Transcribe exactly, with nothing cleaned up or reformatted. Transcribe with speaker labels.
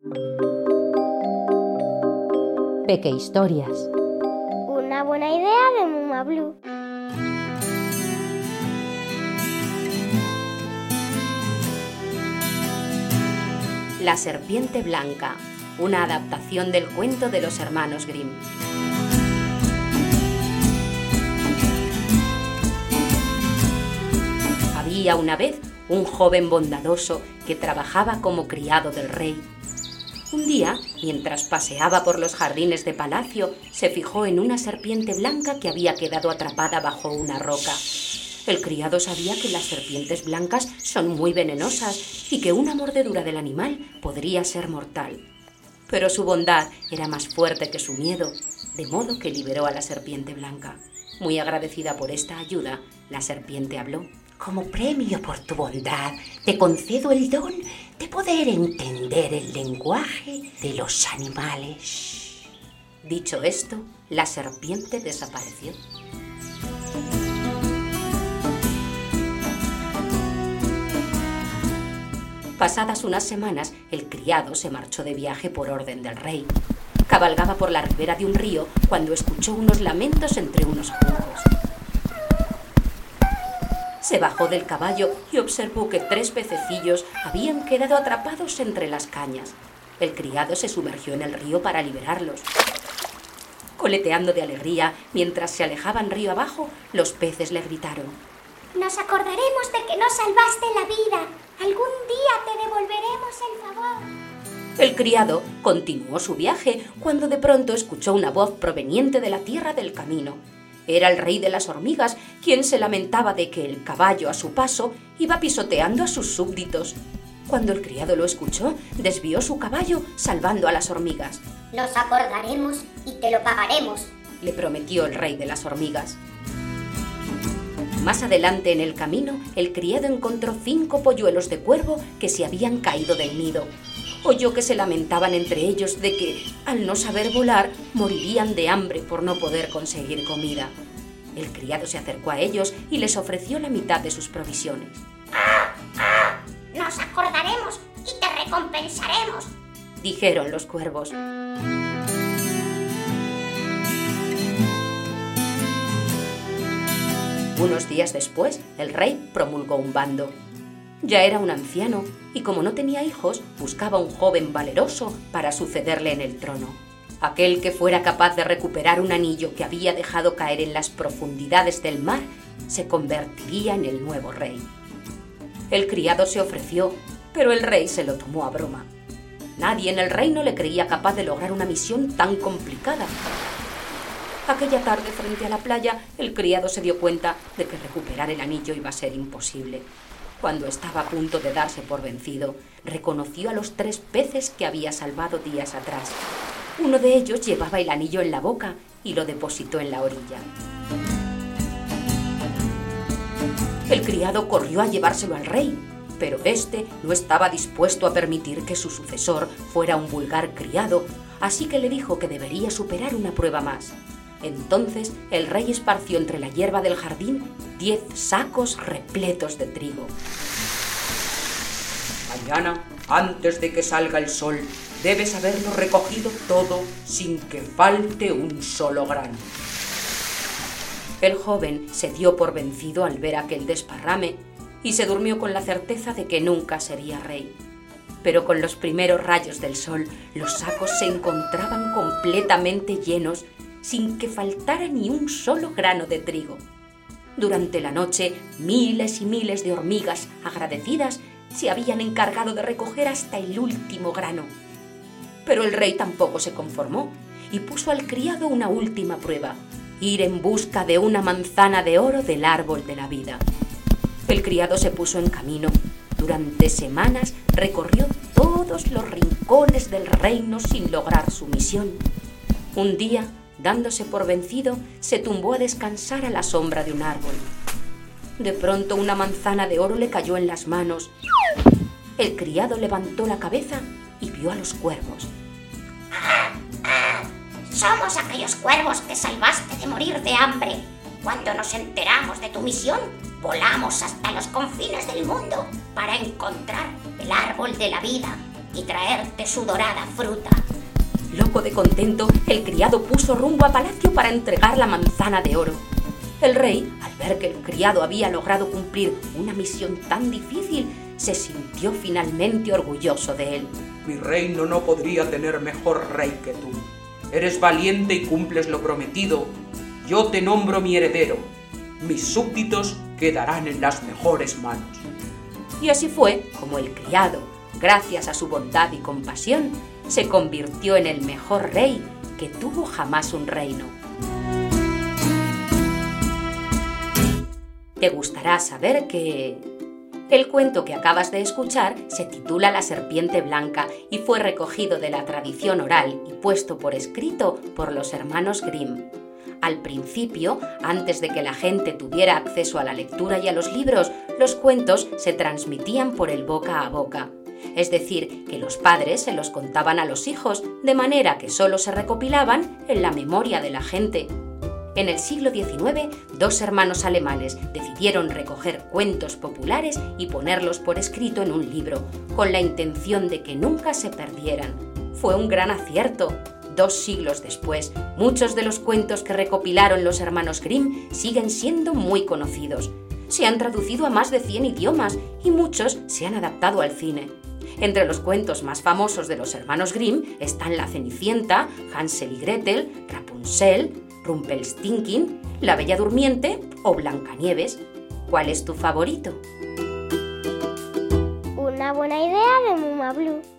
Speaker 1: Peque Historias.
Speaker 2: Una buena idea de Muma Blue.
Speaker 3: La serpiente blanca, una adaptación del cuento de los hermanos Grimm. Había una vez un joven bondadoso que trabajaba como criado del rey. Un día, mientras paseaba por los jardines de palacio, se fijó en una serpiente blanca que había quedado atrapada bajo una roca. El criado sabía que las serpientes blancas son muy venenosas y que una mordedura del animal podría ser mortal. Pero su bondad era más fuerte que su miedo, de modo que liberó a la serpiente blanca. Muy agradecida por esta ayuda, la serpiente habló.
Speaker 4: Como premio por tu bondad, te concedo el don de poder entender el lenguaje de los animales.
Speaker 3: Dicho esto, la serpiente desapareció. Pasadas unas semanas, el criado se marchó de viaje por orden del rey. Cabalgaba por la ribera de un río cuando escuchó unos lamentos entre unos juncos. Se bajó del caballo y observó que tres pececillos habían quedado atrapados entre las cañas. El criado se sumergió en el río para liberarlos. Coleteando de alegría, mientras se alejaban río abajo, los peces le gritaron:
Speaker 5: «Nos acordaremos de que nos salvaste la vida. Algún día te devolveremos el favor».
Speaker 3: El criado continuó su viaje cuando de pronto escuchó una voz proveniente de la tierra del camino. Era el rey de las hormigas, quien se lamentaba de que el caballo a su paso iba pisoteando a sus súbditos. Cuando el criado lo escuchó, desvió su caballo, salvando a las hormigas.
Speaker 5: «Nos acordaremos y te lo pagaremos»,
Speaker 3: le prometió el rey de las hormigas. Más adelante en el camino, el criado encontró cinco polluelos de cuervo que se habían caído del nido. Oyó que se lamentaban entre ellos de que, al no saber volar, morirían de hambre por no poder conseguir comida. El criado se acercó a ellos y les ofreció la mitad de sus provisiones.
Speaker 5: ¡Ah, ah! «Nos acordaremos y te recompensaremos»,
Speaker 3: dijeron los cuervos. Unos días después, el rey promulgó un bando. Ya era un anciano y, como no tenía hijos, buscaba un joven valeroso para sucederle en el trono. Aquel que fuera capaz de recuperar un anillo que había dejado caer en las profundidades del mar se convertiría en el nuevo rey. El criado se ofreció, pero el rey se lo tomó a broma. Nadie en el reino le creía capaz de lograr una misión tan complicada. Aquella tarde, frente a la playa, el criado se dio cuenta de que recuperar el anillo iba a ser imposible. Cuando estaba a punto de darse por vencido, reconoció a los tres peces que había salvado días atrás. Uno de ellos llevaba el anillo en la boca y lo depositó en la orilla. El criado corrió a llevárselo al rey, pero éste no estaba dispuesto a permitir que su sucesor fuera un vulgar criado, así que le dijo que debería superar una prueba más. Entonces el rey esparció entre la hierba del jardín diez sacos repletos de trigo.
Speaker 6: Mañana, antes de que salga el sol, debes haberlo recogido todo sin que falte un solo grano.
Speaker 3: El joven se dio por vencido al ver aquel desparrame y se durmió con la certeza de que nunca sería rey. Pero con los primeros rayos del sol, los sacos se encontraban completamente llenos, sin que faltara ni un solo grano de trigo. Durante la noche, miles y miles de hormigas agradecidas se habían encargado de recoger hasta el último grano. Pero el rey tampoco se conformó y puso al criado una última prueba: ir en busca de una manzana de oro del árbol de la vida. El criado se puso en camino. Durante semanas recorrió todos los rincones del reino sin lograr su misión. Un día, dándose por vencido, se tumbó a descansar a la sombra de un árbol. De pronto una manzana de oro le cayó en las manos. El criado levantó la cabeza y vio a los cuervos.
Speaker 5: «Ah, ah, somos aquellos cuervos que salvaste de morir de hambre. Cuando nos enteramos de tu misión, volamos hasta los confines del mundo para encontrar el árbol de la vida. y traerte su dorada fruta.
Speaker 3: Loco de contento, el criado puso rumbo a palacio para entregar la manzana de oro. El rey, al ver que el criado había logrado cumplir una misión tan difícil, se sintió finalmente orgulloso de él.
Speaker 6: Mi reino no podría tener mejor rey que tú. Eres valiente y cumples lo prometido. Yo te nombro mi heredero. Mis súbditos quedarán en las mejores manos.
Speaker 3: Y así fue como el criado, gracias a su bondad y compasión, se convirtió en el mejor rey que tuvo jamás un reino. Te gustará saber que el cuento que acabas de escuchar se titula La serpiente blanca y fue recogido de la tradición oral y puesto por escrito por los hermanos Grimm. Al principio, antes de que la gente tuviera acceso a la lectura y a los libros, los cuentos se transmitían por el boca a boca. Es decir, que los padres se los contaban a los hijos, de manera que solo se recopilaban en la memoria de la gente. En el siglo diecinueve, dos hermanos alemanes decidieron recoger cuentos populares y ponerlos por escrito en un libro, con la intención de que nunca se perdieran. Fue un gran acierto. Dos siglos después, muchos de los cuentos que recopilaron los hermanos Grimm siguen siendo muy conocidos. Se han traducido a más de cien idiomas y muchos se han adaptado al cine. Entre los cuentos más famosos de los hermanos Grimm están La Cenicienta, Hansel y Gretel, Rapunzel, Rumpelstiltskin, La Bella Durmiente o Blancanieves. ¿Cuál es tu favorito?
Speaker 2: Una buena idea de Muma Blue.